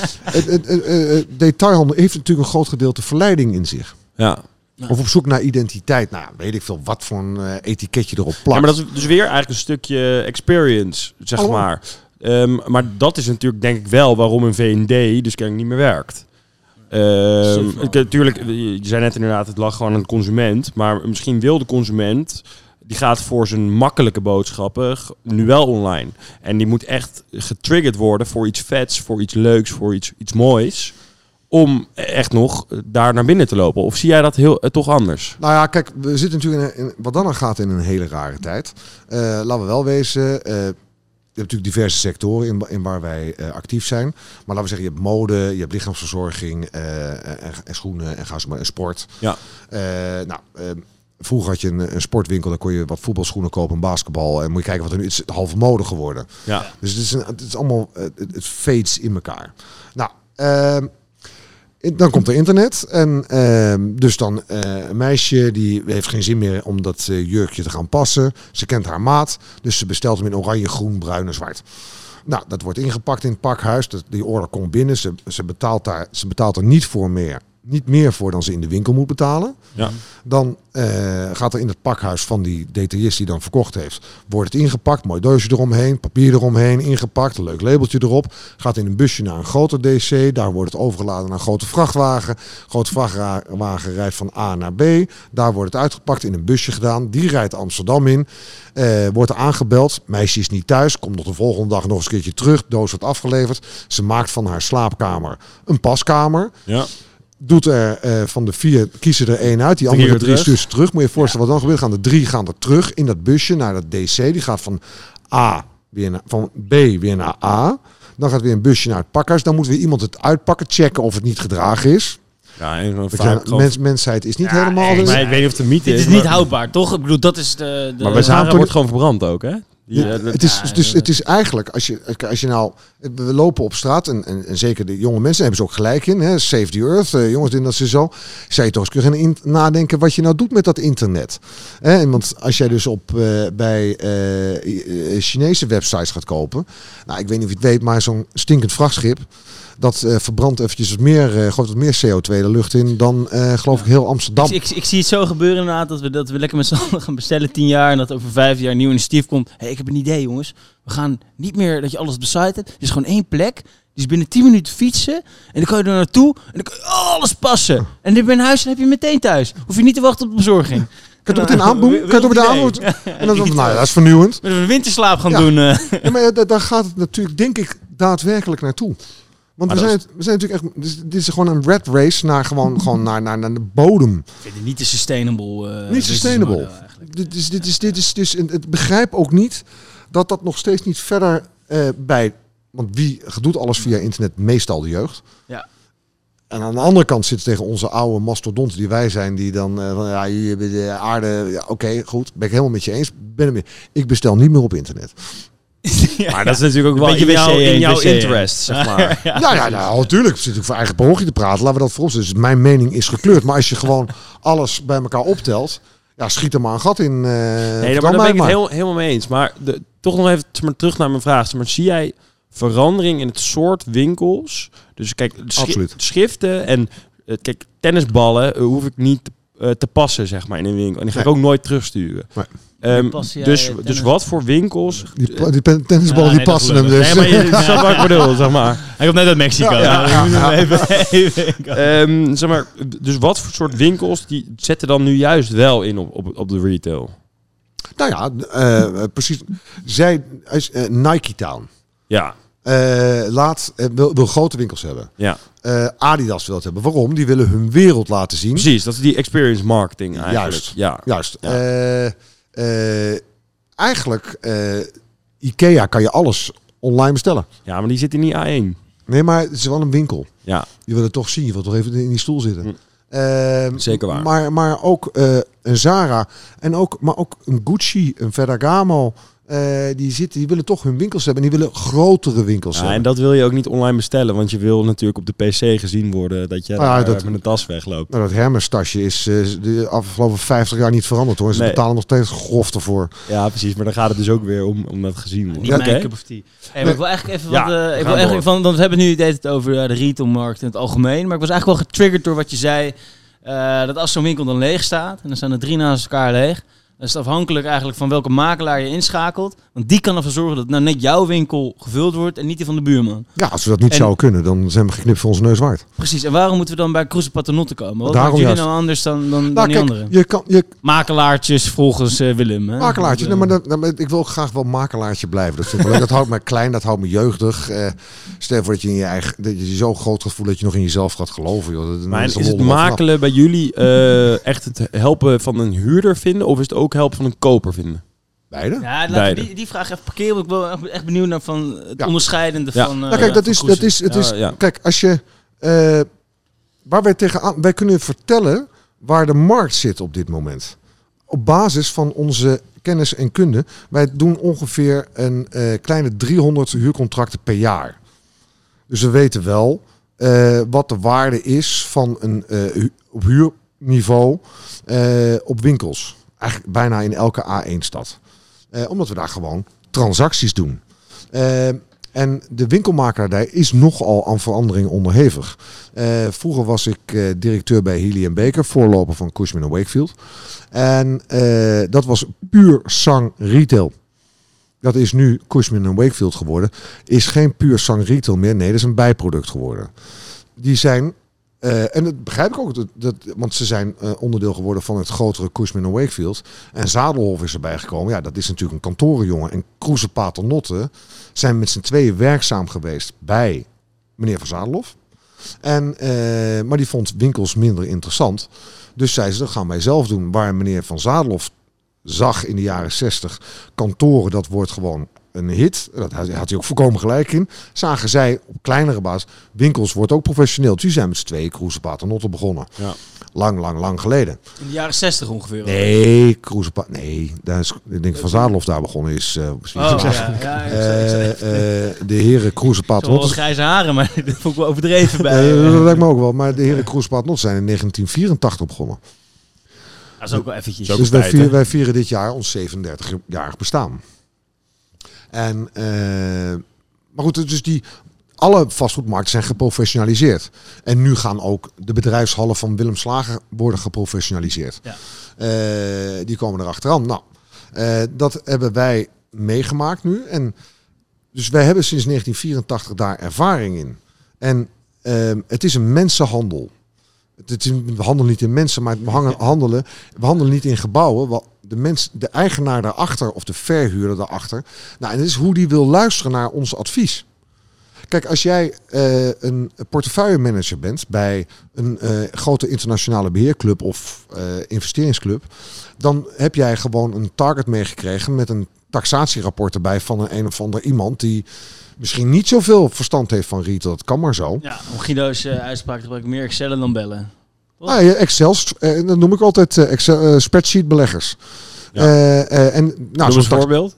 Detailhandel heeft natuurlijk een groot gedeelte verleiding in zich. Ja. Of op zoek naar identiteit. Nou, weet ik veel wat voor een etiketje erop plakt. Ja, maar dat is dus weer eigenlijk een stukje experience, zeg Oh. maar. Maar dat is natuurlijk denk ik wel waarom een V&D dus kennelijk niet meer werkt. Natuurlijk, je zei net inderdaad, het lag gewoon aan de consument. Maar misschien wil de consument, die gaat voor zijn makkelijke boodschappen nu wel online. En die moet echt getriggerd worden voor iets vets, voor iets leuks, voor iets moois. Om echt nog daar naar binnen te lopen. Of zie jij dat toch anders? Nou ja, kijk, we zitten natuurlijk wat dan aan gaat in een hele rare tijd. Laten we wel wezen, je hebt natuurlijk diverse sectoren in waar wij actief zijn. Maar laten we zeggen, je hebt mode, je hebt lichaamsverzorging en schoenen en ga zo maar en sport. Ja. Vroeger had je een sportwinkel, daar kon je wat voetbalschoenen kopen, een basketbal. En moet je kijken wat er nu is. Het is halve mode geworden. Ja. Dus het is allemaal, het fades in elkaar. Nou, dan komt er internet en dus dan een meisje die heeft geen zin meer om dat jurkje te gaan passen. Ze kent haar maat, dus ze bestelt hem in oranje, groen, bruin en zwart. Nou, dat wordt ingepakt in het pakhuis. Die order komt binnen. Ze betaalt er niet meer voor dan ze in de winkel moet betalen. Ja. Dan gaat er in het pakhuis van die detailist die dan verkocht heeft, wordt het ingepakt, mooi doosje eromheen, papier eromheen, ingepakt, een leuk labeltje erop. Gaat in een busje naar een groter DC, daar wordt het overgeladen naar een grote vrachtwagen. Grote vrachtwagen rijdt van A naar B, daar wordt het uitgepakt, in een busje gedaan. Die rijdt Amsterdam in, wordt er aangebeld, meisje is niet thuis, komt nog de volgende dag nog eens een keertje terug, doos wordt afgeleverd. Ze maakt van haar slaapkamer een paskamer. Ja. Doet er van de 4, kiezen er 1 uit. Die andere 3 stuurt ze terug. Moet je je voorstellen wat dan gebeurt. Gaan de 3 er terug in dat busje naar dat DC. Die gaat van van B weer naar A. Dan gaat weer een busje naar het pakhuis. Dan moet weer iemand het uitpakken. Checken of het niet gedragen is. Ja, en Mensheid is niet helemaal... Maar ik weet niet of het een mythe Dit is. is niet houdbaar, toch? Ik bedoel, dat is de Maar bij Zara wordt gewoon verbrand ook, hè? Het is eigenlijk, als je nou... We lopen op straat en zeker de jonge mensen hebben ze ook gelijk in. Hè, Save the Earth, jongens, dat ze zo. Zou je toch eens kunnen nadenken wat je nou doet met dat internet. Want als jij dus bij Chinese websites gaat kopen. Nou, ik weet niet of je het weet, maar zo'n stinkend vrachtschip... Dat verbrandt eventjes gooit wat meer CO2 de lucht in dan geloof ik heel Amsterdam. Ik zie het zo gebeuren inderdaad, dat we lekker met z'n allen gaan bestellen 10 jaar en dat over 5 jaar een nieuw initiatief komt. Hey, ik heb een idee, jongens. We gaan niet meer dat je alles op de site hebt. Er is gewoon 1 plek. Die is binnen 10 minuten fietsen en dan kan je er naartoe en dan kan je alles passen. En dan ben je in huis en heb je meteen thuis. Hoef je niet te wachten op de bezorging. Kan je het meteen aanboeken? Kan je het aanboeken? En dan nou, dat is vernieuwend. Met een winterslaap gaan doen. Ja, maar daar gaat het natuurlijk, denk ik, daadwerkelijk naartoe. Want we zijn natuurlijk echt... Dit is gewoon een rat race naar gewoon naar de bodem. Ik vind het niet te sustainable. Niet sustainable. Dit is dus... Het begrijp ook niet dat nog steeds niet verder bij... Want wie doet alles via internet? Meestal de jeugd. Ja. En aan de andere kant zit tegen onze oude mastodonten die wij zijn, die dan hier bij de aarde... Ja, oké, goed. Ben ik helemaal met je eens. Ik bestel niet meer op internet. Maar dat is natuurlijk ook wel in jouw interest, zeg maar. Ja, natuurlijk. We zitten ook voor eigen parochie te praten. Laten we dat voor ons. Dus mijn mening is gekleurd. Maar als je gewoon alles bij elkaar optelt, schiet er maar een gat in. Nee, daar ben ik het helemaal mee eens. Maar toch nog even terug naar mijn vraag. Maar zie jij verandering in het soort winkels? Dus kijk, schriften en kijk, tennisballen hoef ik niet te passen, zeg maar, in een winkel. En die ga ik ook nooit terugsturen. Dus wat voor winkels... Die tennisballen die passen hem dus. Nee, maar je snapt wat ik bedoel, zeg maar. Hij komt net uit Mexico. Zeg maar, dus wat voor soort winkels die zetten dan nu juist wel in op de retail? Nou ja, precies. Nike Town. Ja. wil grote winkels hebben. Ja. Adidas wil het hebben. Waarom? Die willen hun wereld laten zien. Precies, dat is die experience marketing eigenlijk. Juist. Ja. Eigenlijk, IKEA kan je alles online bestellen. Ja, maar die zit in die A1. Nee, maar het is wel een winkel. Ja. Je wil het toch zien. Je wilt toch even in die stoel zitten. Zeker waar. Maar ook een Zara maar ook een Gucci, een Ferragamo. Die willen toch hun winkels hebben. En die willen grotere winkels hebben. En dat wil je ook niet online bestellen. Want je wil natuurlijk op de PC gezien worden dat je met een tas wegloopt. Nou, dat Hermes tasje is de afgelopen 50 jaar niet veranderd hoor. Ze betalen nog steeds grof ervoor. Ja, precies. Maar dan gaat het dus ook weer om dat gezien worden. Niet mijn cup of tea. Hey, maar ik wil eigenlijk even want we hebben nu het over de retailmarkt in het algemeen. Maar ik was eigenlijk wel getriggerd door wat je zei. Dat als zo'n winkel dan leeg staat en dan staan er 3 naast elkaar leeg. Dan is het afhankelijk eigenlijk van welke makelaar je inschakelt. Want die kan ervoor zorgen dat nou net jouw winkel gevuld wordt en niet die van de buurman. Ja, als we dat niet zouden kunnen, dan zijn we geknipt voor onze neus waard. Precies. En waarom moeten we dan bij Kroeze Paternotte komen? Wat maakt jullie nou anders dan die anderen? Makelaartjes volgens Willem. Hè? Makelaartjes, maar ik wil graag wel makelaartje blijven. Dat houdt me klein, dat houdt me jeugdig. Stel voor dat je zo groot gaat voelen dat je nog in jezelf gaat geloven. Joh. Maar is het makelen bij jullie echt het helpen van een huurder vinden? Of is het ook helpen van een koper vinden? Beide? Ja, laten we die vraag even parkeren. Ik ben echt benieuwd naar van het onderscheidende van. Kijk, kijk, als je waar wij tegenaan, wij kunnen vertellen waar de markt zit op dit moment. Op basis van onze kennis en kunde. Wij doen ongeveer een kleine 300 huurcontracten per jaar. Dus we weten wel wat de waarde is van een op huurniveau op winkels. Eigenlijk bijna in elke A1-stad. Omdat we daar gewoon transacties doen. En de winkelmakelaardij is nogal aan verandering onderhevig. Vroeger was ik directeur bij Healy & Baker, voorloper van Cushman & Wakefield. En dat was puur sang retail. Dat is nu Cushman & Wakefield geworden. Is geen puur sang retail meer. Nee, dat is een bijproduct geworden. Die zijn... en dat begrijp ik ook, want ze zijn onderdeel geworden van het grotere Cushman & Wakefield. En Zadelhoff is erbij gekomen. Ja, dat is natuurlijk een kantorenjongen. En Kroeze Paternotte zijn met z'n tweeën werkzaam geweest bij meneer Van Zadelhoff. Maar die vond winkels minder interessant. Dus zei ze, dat gaan wij zelf doen. Waar meneer Van Zadelhoff zag in de jaren 60 kantoren, dat wordt gewoon een hit. Dat had hij ook volkomen gelijk in. Zagen zij op kleinere basis. Winkels wordt ook professioneel. Dus die zijn met z'n tweeën Kroeze Paternotte begonnen. Ja. Lang geleden. In de jaren 60 ongeveer. Nee, daar is, ik denk Van Zadelhoff daar begonnen is. De heren Kroeze Paternotte. Wel grijze haren, maar dat vond ik wel overdreven bij. Dat lijkt me ook wel. Maar de heren Kroeze Paternotte zijn in 1984 begonnen. Dat is ook wel eventjes. Dus wij vieren dit jaar ons 37-jarig bestaan. En, maar goed, dus alle vastgoedmarkten zijn geprofessionaliseerd. En nu gaan ook de bedrijfshallen van Willem Slager worden geprofessionaliseerd. Ja. Die komen erachteraan. Nou, dat hebben wij meegemaakt nu. En dus wij hebben sinds 1984 daar ervaring in. En het is een mensenhandel. We handelen niet in mensen, maar we handelen niet in gebouwen. De eigenaar daarachter of de verhuurder daarachter. Nou, en dat is hoe die wil luisteren naar ons advies. Kijk, als jij een portefeuillemanager bent bij een grote internationale beheerclub of investeringsclub, dan heb jij gewoon een target meegekregen met een taxatierapport erbij van een of ander iemand die misschien niet zoveel verstand heeft van retail. Dat kan maar zo. Ja, om Guido's uitspraak gebruik ik meer Excel dan bellen. Excel, dat noem ik altijd spreadsheet beleggers. Ja. Noem een voorbeeld.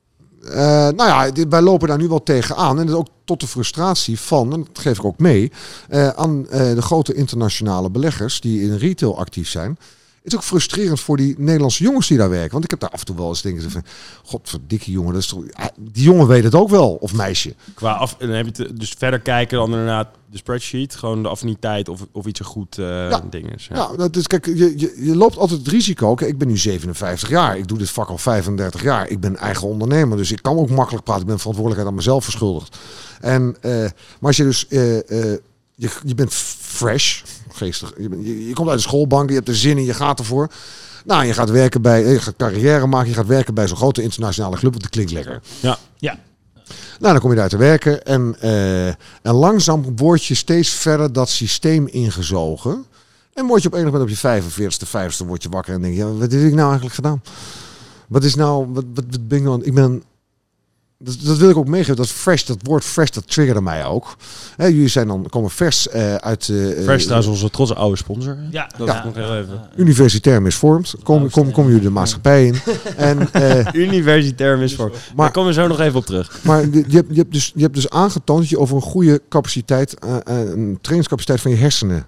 Wij lopen daar nu wel tegenaan. En dat ook tot de frustratie van, en dat geef ik ook mee, aan de grote internationale beleggers die in retail actief zijn. Het is ook frustrerend voor die Nederlandse jongens die daar werken. Want ik heb daar af en toe wel eens denken van, godverdikke jongen, dat is toch, die jongen weet het ook wel, of meisje. Dan heb je het dus verder kijken dan inderdaad de spreadsheet, gewoon de affiniteit of iets een goed ding is. Ja, dat is, kijk, je loopt altijd het risico. Kijk, ik ben nu 57 jaar, ik doe dit vak al 35 jaar. Ik ben eigen ondernemer, dus ik kan ook makkelijk praten. Ik ben verantwoordelijkheid aan mezelf verschuldigd. Maar als je dus, je bent fresh, geestig. Je komt uit de schoolbank, je hebt er zin in, je gaat ervoor. Nou, je gaat werken je gaat carrière maken, je gaat werken bij zo'n grote internationale club, want dat klinkt lekker. Ja. Nou, dan kom je daar te werken. En langzaam word je steeds verder dat systeem ingezogen. En word je op een moment op je 45ste word je wakker en denk je, ja, wat heb ik nou eigenlijk gedaan? Wat is nou, wat ben ik nou? Ik ben... Dat wil ik ook meegeven. Dat woord fresh, dat triggerde mij ook. Jullie komen vers uit... Fresh is onze trotse oude sponsor. Ja, Dat is nog heel even. Universitair misvormd. Komen jullie de maatschappij in. Universitair misvormd. Maar daar komen we zo nog even op terug. Maar je hebt dus aangetoond dat je over een goede capaciteit, een trainingscapaciteit van je hersenen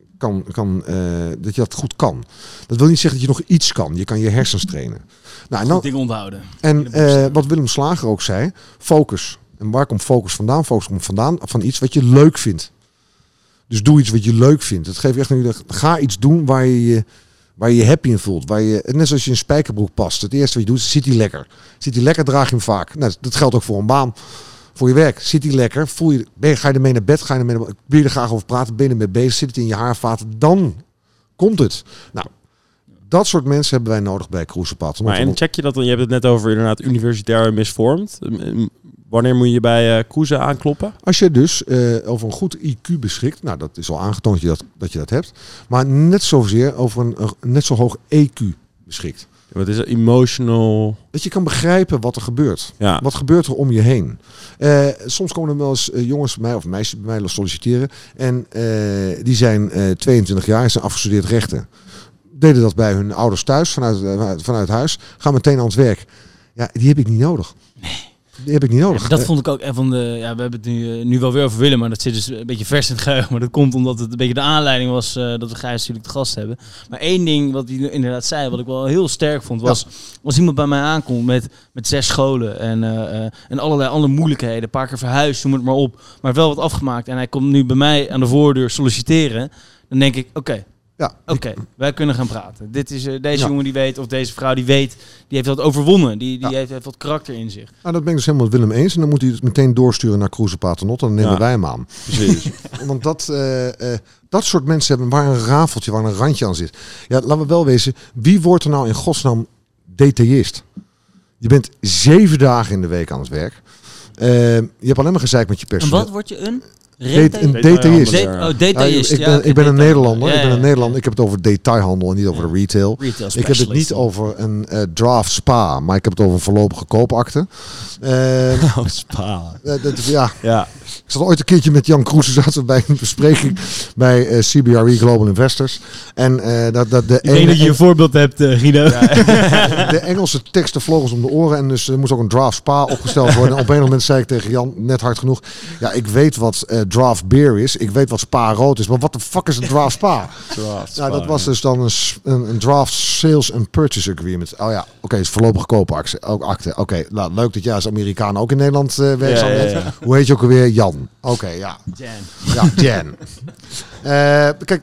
dat je dat goed kan. Dat wil niet zeggen dat je nog iets kan. Je kan je hersens trainen. Nou, Goed ding onthouden. En wat Willem Slager ook zei, focus. En waar komt focus vandaan? Focus komt vandaan van iets wat je leuk vindt. Dus doe iets wat je leuk vindt. Dat geeft echt ga iets doen waar je je happy in voelt. Net zoals je een spijkerbroek past. Het eerste wat je doet, zit die lekker. Zit die lekker, draag je hem vaak. Nou, dat geldt ook voor een baan. Voor je werk. Zit die lekker? Ga je ermee naar bed? Wil je er graag over praten? Ben je ermee bezig? Zit het in je haarvaten? Dan komt het. Nou, dat soort mensen hebben wij nodig bij Cruisepad. Maar en check je dat dan? Je hebt het net over inderdaad universitair misvormd. Wanneer moet je bij cruisen aankloppen? Als je dus over een goed IQ beschikt, nou dat is al aangetoond dat je dat hebt, maar net zozeer over een net zo hoog EQ beschikt. Wat is het? Emotional... Dat je kan begrijpen wat er gebeurt. Ja. Wat gebeurt er om je heen? Soms komen er wel eens jongens bij mij of meisjes bij mij solliciteren. En die zijn 22 jaar en zijn afgestudeerd rechten. Deden dat bij hun ouders thuis, vanuit huis. Gaan meteen aan het werk. Ja, die heb ik niet nodig. Nee. Die heb ik niet nodig. Ja, dat vond ik ook een van de... Ja, we hebben het nu wel weer over Willem, maar dat zit dus een beetje vers in het geheugen. Maar dat komt omdat het een beetje de aanleiding was dat we Gijs natuurlijk te gast hebben. Maar één ding wat hij inderdaad zei, wat ik wel heel sterk vond, was... Als iemand bij mij aankomt met 6 scholen en allerlei andere moeilijkheden, een paar keer verhuisd, noem het maar op, maar wel wat afgemaakt. En hij komt nu bij mij aan de voordeur solliciteren. Dan denk ik, oké, wij kunnen gaan praten. Dit is deze jongen die weet, of deze vrouw die weet, die heeft dat overwonnen. Die heeft wat karakter in zich. Nou, dat ben ik dus helemaal met Willem eens. En dan moet hij het meteen doorsturen naar Cruise Paternotte. Dan nemen wij hem aan. Precies. Want dat soort mensen hebben waar een rafeltje, waar een randje aan zit. Ja, laten we wel wezen. Wie wordt er nou in godsnaam detailist? Je bent 7 dagen in de week aan het werk. Je hebt alleen maar gezeik met je personeel. En wat word je een detailist. Detailist. Ik ben een Nederlander. Ik heb het over detailhandel en niet over de retail. Ik heb het niet over een draft spa, maar ik heb het over een voorlopige koopakte. Spa. Ja. Ik zat ooit een keertje met Jan Kroes, zaten bij een bespreking bij CBRE Global Investors. En ik denk dat je een voorbeeld hebt, Guido. De Engelse teksten vlogen ons om de oren en dus er moest ook een draft spa opgesteld worden. En op een moment zei ik tegen Jan, net hard genoeg, ja, ik weet wat draft beer is, ik weet wat spa rood is, maar wat de fuck is een draft spa? Dat was dus dan een draft sales and purchase agreement. Oh ja, oké, is voorlopige koopakte. Oké, leuk dat jij als Amerikaan ook in Nederland werkzaam bent. Ja. Hoe heet je ook alweer? Jan. Oké, ja. Jan. Ja, Jan. Kijk,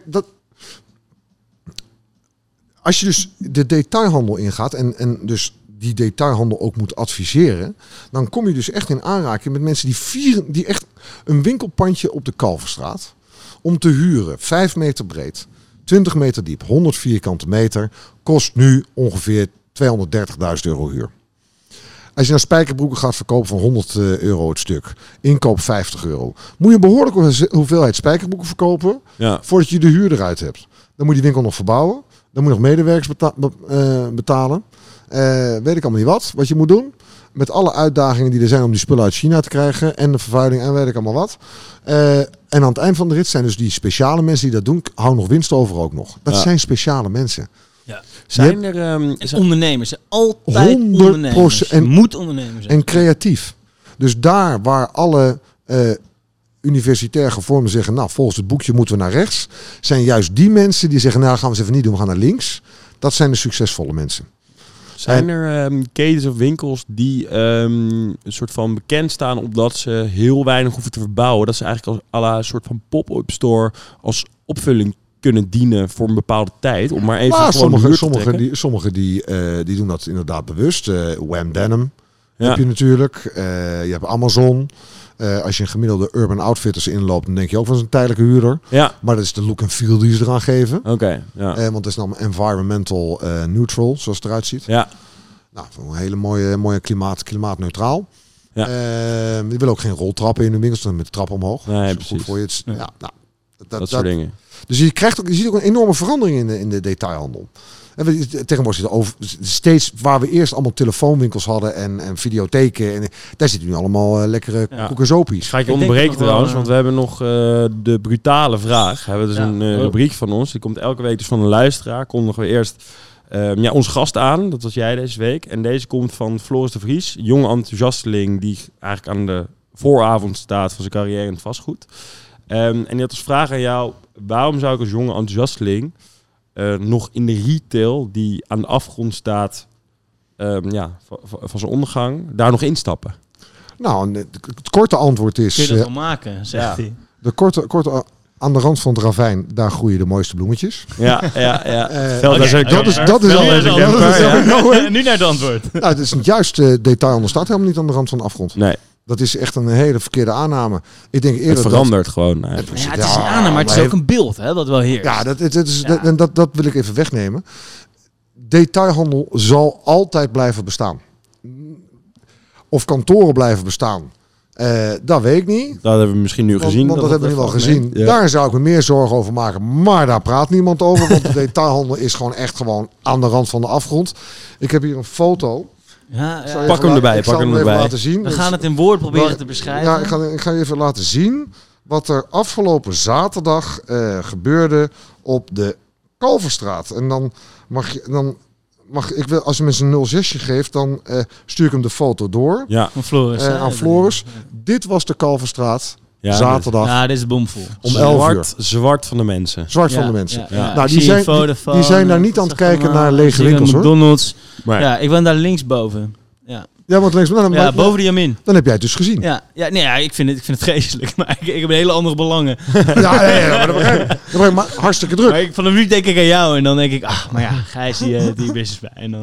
als je dus de detailhandel ingaat en dus die detailhandel ook moet adviseren, dan kom je dus echt in aanraking met mensen die echt een winkelpandje op de Kalverstraat om te huren, 5 meter breed, 20 meter diep, 100 vierkante meter, kost nu ongeveer €230.000 huur. Als je naar spijkerbroeken gaat verkopen van €100 het stuk, inkoop €50. Moet je een behoorlijke hoeveelheid spijkerbroeken verkopen voordat je de huur eruit hebt. Dan moet je die winkel nog verbouwen. Dan moet je nog medewerkers betalen. Weet ik allemaal niet wat je moet doen. Met alle uitdagingen die er zijn om die spullen uit China te krijgen. En de vervuiling en weet ik allemaal wat. En aan het eind van de rit zijn dus die speciale mensen die dat doen, houden nog winst over ook nog. Dat zijn speciale mensen. Ja. Zijn er ondernemers? Altijd 100%. Ondernemers. En moet ondernemers zijn. En creatief. Dus daar waar alle universitair gevormden zeggen, nou, volgens het boekje moeten we naar rechts, zijn juist die mensen die zeggen, nou, gaan we eens even niet doen, we gaan naar links. Dat zijn de succesvolle mensen. Zijn er ketens of winkels die een soort van bekend staan omdat ze heel weinig hoeven te verbouwen? Dat ze eigenlijk als een soort van pop-up store als opvulling kunnen dienen voor een bepaalde tijd. Om maar even Sommigen die doen dat inderdaad bewust. Wham Denim heb je natuurlijk. Je hebt Amazon. Als je een gemiddelde Urban Outfitters inloopt, dan denk je ook van een tijdelijke huurder. Ja. Maar dat is de look en feel die ze eraan geven. Oké. Want het is dan environmental neutral, zoals het eruit ziet. Ja. Nou, een hele mooie klimaatneutraal. Ja. Die willen ook geen roltrappen in de winkels, dan met de trap omhoog. Nee, Dat is precies. goed voor je. Dat soort dingen. Dus je ziet ook een enorme verandering in de detailhandel. En tegenwoordig zitten steeds waar we eerst allemaal telefoonwinkels hadden en videotheken. En daar zitten nu allemaal lekkere koekensopies. Ga ik je Ik denk onderbreken nog wel, trouwens, want we hebben nog de brutale vraag. We hebben dus een rubriek van ons. Die komt elke week dus van een luisteraar. Kondigen we eerst onze gast aan. Dat was jij deze week. En deze komt van Floris de Vries. Jonge enthousiasteling die eigenlijk aan de vooravond staat van zijn carrière in het vastgoed. En die had als vraag aan jou: waarom zou ik als jonge enthousiasteling nog in de retail die aan de afgrond staat van zijn ondergang, daar nog instappen? Nou, het korte antwoord is... Kun je dat wel maken, zegt hij. De korte aan de rand van het ravijn, daar groeien de mooiste bloemetjes. Ja. Dat is Nu naar het antwoord. Nou, het is juist detailhandel staat helemaal niet aan de rand van de afgrond. Nee. Dat is echt een hele verkeerde aanname. Ik denk eerder Het verandert gewoon. Eigenlijk. Ja, het is een aanname, maar het is ook een beeld, hè, dat wel heerst. Ja, dat wil ik even wegnemen. Detailhandel zal altijd blijven bestaan. Of kantoren blijven bestaan. Dat weet ik niet. Dat hebben we misschien nu gezien. Want dat hebben we nu wel gezien. Ja. Daar zou ik me meer zorgen over maken. Maar daar praat niemand over. Want de detailhandel is gewoon aan de rand van de afgrond. Ik heb hier een foto. Pak hem erbij. Laten zien. We gaan het in woord proberen te beschrijven. Ja, ik ga je even laten zien wat er afgelopen zaterdag gebeurde op de Kalverstraat. En dan mag ik wil, als je me een 06 geeft, dan stuur ik hem de foto door. Ja. Van Floris. Aan Floris. Dit was de Kalverstraat. Zaterdag. Ja, dit is bomvol. Om 11 uur. Zwart van de mensen. Zwart van de mensen. Ja. Nou, die zijn daar niet aan het kijken naar lege winkels, hoor. McDonald's. Maar Ja, ik ben daar linksboven. Ja, want Boven de Jamin. Dan heb jij het dus gezien. Ik vind het vreselijk. Maar ik heb hele andere belangen. Maar dat begrijp ik. Maar hartstikke druk. Maar van een minuut denk ik aan jou. En dan denk ik, Gijs die business bij. En dan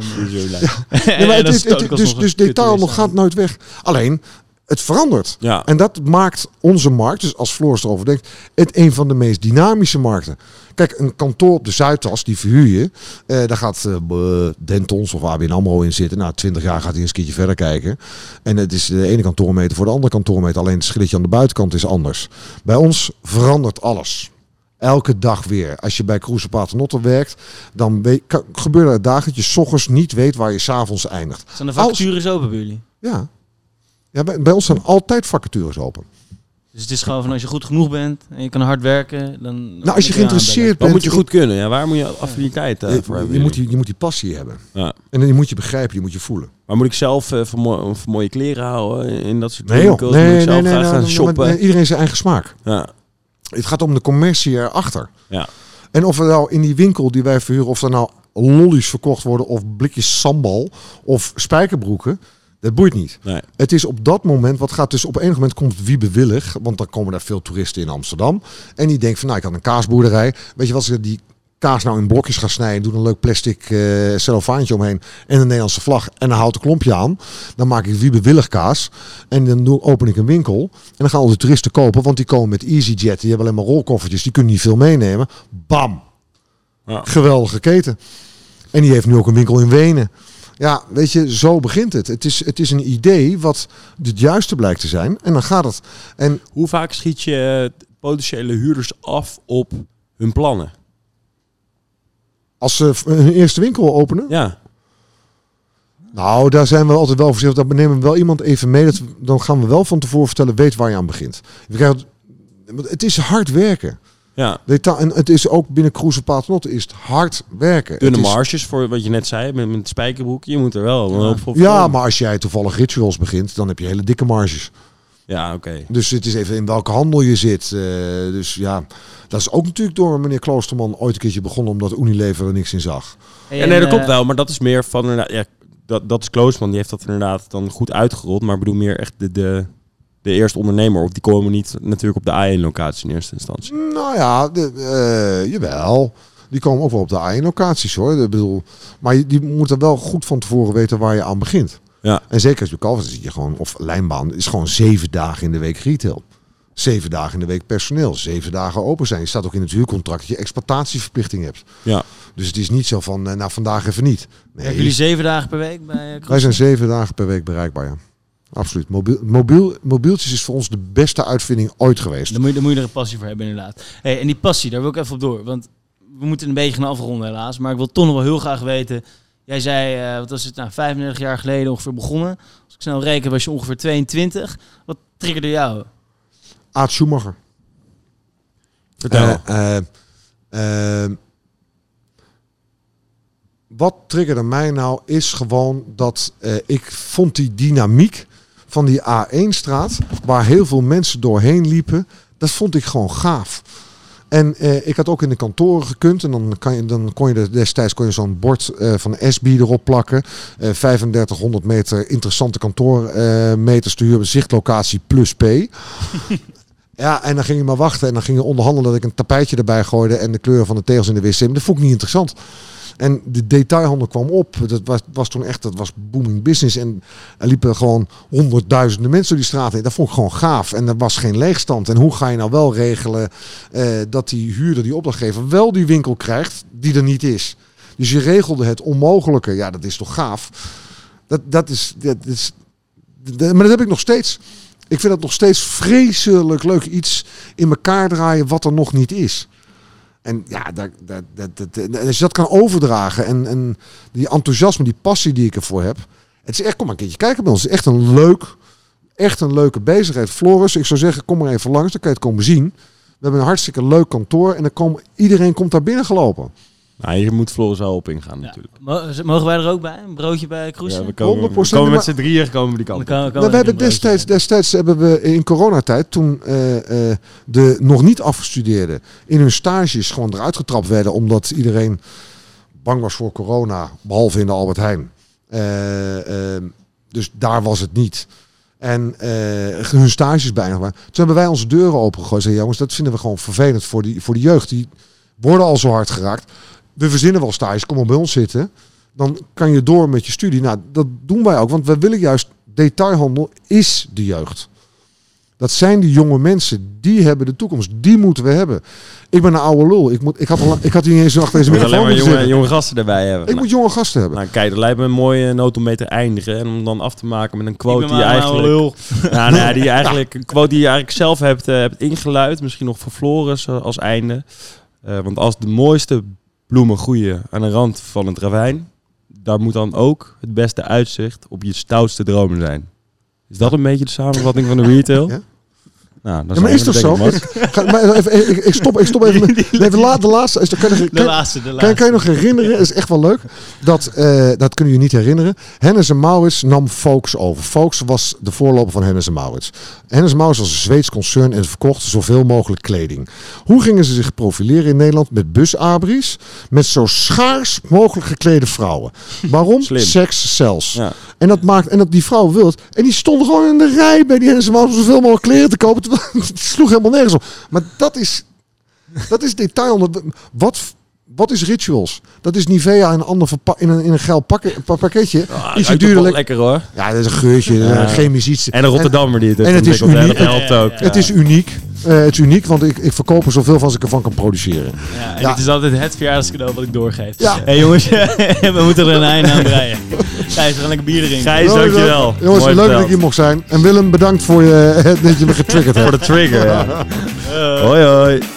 Dus detailhandel gaat nooit weg. Alleen, het verandert. Ja. En dat maakt onze markt, dus als Floris erover denkt, het een van de meest dynamische markten. Kijk, een kantoor op de Zuidas, die verhuur je. Daar gaat Dentons of ABN AMRO in zitten. Na 20 jaar gaat hij eens een keertje verder kijken. En het is de ene kantoormeter voor de andere kantoormeter. Alleen het schilletje aan de buitenkant is anders. Bij ons verandert alles. Elke dag weer. Als je bij Kroes Paternotte werkt, dan gebeurt er dagen dat je 's ochtends niet weet waar je 's avonds eindigt. Zijn de vacatures open bij jullie? Ja. Bij ons zijn altijd vacatures open. Dus het is gewoon van als je goed genoeg bent en je kan hard werken, dan... Nou, als je geïnteresseerd Wat bent... moet je goed kunnen? Ja, waar moet je affiniteit voor hebben? Je moet die passie hebben. Ja. En die moet je begrijpen, die moet je voelen. Maar moet ik zelf van mooie kleren houden in dat soort Nee, joh. winkels? Moet ik zelf graag gaan shoppen? Nee, iedereen zijn eigen smaak. Ja. Het gaat om de commercie erachter. Ja. En of er nou in die winkel die wij verhuren, of er nou lollies verkocht worden, of blikjes sambal, of spijkerbroeken, dat boeit niet. Nee. Het is op dat moment, wat gaat dus op enig moment komt Wiebe Willig, want dan komen daar veel toeristen in Amsterdam. En die denkt van, nou, ik had een kaasboerderij. Weet je wat, ze die kaas nou in blokjes gaan snijden, doen een leuk plastic cellofaantje omheen en een Nederlandse vlag en een houten klompje aan. Dan maak ik Wiebe Willig kaas en dan open ik een winkel en dan gaan al de toeristen kopen, want die komen met EasyJet, die hebben alleen maar rolkoffertjes, die kunnen niet veel meenemen. Bam! Ja. Geweldige keten. En die heeft nu ook een winkel in Wenen. Ja, weet je, zo begint het. Het is een idee wat het juiste blijkt te zijn. En dan gaat het. En hoe vaak schiet je potentiële huurders af op hun plannen? Als ze hun eerste winkel openen? Ja. Nou, daar zijn we altijd wel voorzichtig. Daar nemen we wel iemand even mee. Dan gaan we wel van tevoren vertellen, weet waar je aan begint. Het is hard werken. Ja. En het is ook binnen Kroes Paternotte is het hard werken. Dunne marges voor wat je net zei, met spijkerbroek. Je moet er wel op ja, maar als jij toevallig rituals begint, dan heb je hele dikke marges. Ja, oké. Dus het is even in welke handel je zit. Dus ja, dat is ook natuurlijk door meneer Kloosterman ooit een keertje begonnen, omdat Unilever er niks in zag. Ja, nee, dat klopt wel. Maar dat is meer van... Ja, dat is Kloosterman, die heeft dat inderdaad dan goed uitgerold. Maar ik bedoel meer echt de eerste ondernemer. Of die komen niet natuurlijk op de A1-locatie in eerste instantie. Nou ja, jawel. Die komen ook wel op de A1-locaties hoor. Ik bedoel, maar die moeten wel goed van tevoren weten waar je aan begint. Ja. En zeker als je Calvin zit je gewoon, of lijnbaan, is gewoon 7 dagen in de week retail. 7 dagen in de week personeel. 7 dagen open zijn. Je staat ook in het huurcontract dat je exploitatieverplichting hebt. Ja. Dus het is niet zo van, nou vandaag even niet. Nee. Hebben jullie 7 dagen per week bij Wij zijn 7 dagen per week bereikbaar, ja. Absoluut. Mobieltjes is voor ons de beste uitvinding ooit geweest. Daar moet je er een passie voor hebben, inderdaad. Hey, en die passie, daar wil ik even op door. Want we moeten een beetje gaan afronden, helaas. Maar ik wil toch nog wel heel graag weten. Jij zei, wat was het, 35 jaar geleden ongeveer begonnen. Als ik snel reken, was je ongeveer 22. Wat triggerde jou? Aad Schumacher. Vertel. Wat triggerde mij nou is gewoon dat ik vond die dynamiek van die A1-straat, waar heel veel mensen doorheen liepen, dat vond ik gewoon gaaf. En ik had ook in de kantoren gekund. En dan kon je destijds zo'n bord van SB erop plakken. 3500 meter interessante kantoormeters te huren. Zichtlocatie plus P. Ja, en dan ging je maar wachten. En dan ging je onderhandelen dat ik een tapijtje erbij gooide. En de kleuren van de tegels in de wc. Maar dat vond ik niet interessant. En de detailhandel kwam op. Dat was toen echt, dat was booming business. En er liepen gewoon honderdduizenden mensen door die straat heen. Dat vond ik gewoon gaaf. En er was geen leegstand. En hoe ga je nou wel regelen dat die huurder, die opdrachtgever, wel die winkel krijgt die er niet is. Dus je regelde het onmogelijke. Ja, dat is toch gaaf. Dat is maar dat heb ik nog steeds. Ik vind dat nog steeds vreselijk leuk. Iets in elkaar draaien wat er nog niet is. En ja, als je dat kan overdragen en die enthousiasme, die passie die ik ervoor heb. Het is echt, kom maar een keertje kijken bij ons. Het is echt een leuke bezigheid. Floris, ik zou zeggen, kom maar even langs, dan kan je het komen zien. We hebben een hartstikke leuk kantoor en iedereen komt daar binnen gelopen. Nou, hier moet Floris wel op ingaan natuurlijk. Mogen wij er ook bij? Een broodje bij Kroes? Ja, we komen met z'n drieën komen die kant. We hebben destijds hebben we in coronatijd, toen de nog niet afgestudeerden in hun stages gewoon eruit getrapt werden, omdat iedereen bang was voor corona, behalve in de Albert Heijn. Dus daar was het niet. En hun stages bijna waren. Toen hebben wij onze deuren opengegooid. Zeiden, jongens, dat vinden we gewoon vervelend voor die jeugd. Die worden al zo hard geraakt. We verzinnen wel stages, kom maar bij ons zitten. Dan kan je door met je studie. Nou, dat doen wij ook. Want we willen juist, detailhandel is de jeugd. Dat zijn die jonge mensen. Die hebben de toekomst. Die moeten we hebben. Ik ben een oude lul. Ik had hier niet eens achter deze microfoon alleen maar jonge gasten erbij hebben. Ik moet jonge gasten hebben. Nou, kijk, dat lijkt me een mooie noot om mee te eindigen. En om dan af te maken met een quote die je eigenlijk... een quote die je eigenlijk zelf hebt ingeluid. Misschien nog voor Floris als einde. Want als de mooiste bloemen groeien aan de rand van het ravijn, daar moet dan ook het beste uitzicht op je stoutste dromen zijn. Is dat een beetje de samenvatting van de retail? Ja? Nou, maar is toch zo? Ik stop even. Nee, de laatste. Kan je nog herinneren? Dat is echt wel leuk. Dat kunnen je niet herinneren. Hennes & Mauritz nam Volks over. Volks was de voorloper van Hennes & Mauritz. Hennes & Mauritz was een Zweeds concern en verkocht zoveel mogelijk kleding. Hoe gingen ze zich profileren in Nederland? Met busabris. Met zo schaars mogelijk geklede vrouwen. Waarom? Slim. Seks sells. Ja. En dat die vrouw wilt. En die stonden gewoon in de rij bij die Hennes & Mauritz om zoveel mogelijk kleren te kopen. Het sloeg helemaal nergens op. Maar dat is detail. Wat is rituals? Dat is Nivea in een geil pakketje. Ietsje duurder. Lekker hoor. Ja, dat is een geurtje, chemisch iets. En een Rotterdammer die het heeft en het is uniek. Dat helpt ook. Het is uniek. Het is uniek, want ik verkoop er zoveel van als ik ervan kan produceren. Ja, en het is altijd het verjaardagscadeau wat ik doorgeef. Ja. Hey jongens, we moeten er een einde aan breien. Gijs, we gaan lekker bier drinken. Gijs, dankjewel. Jongens, leuk dat ik hier mocht zijn. En Willem, bedankt voor dat je me getriggerd hebt. Voor de trigger, ja. Hoi hoi.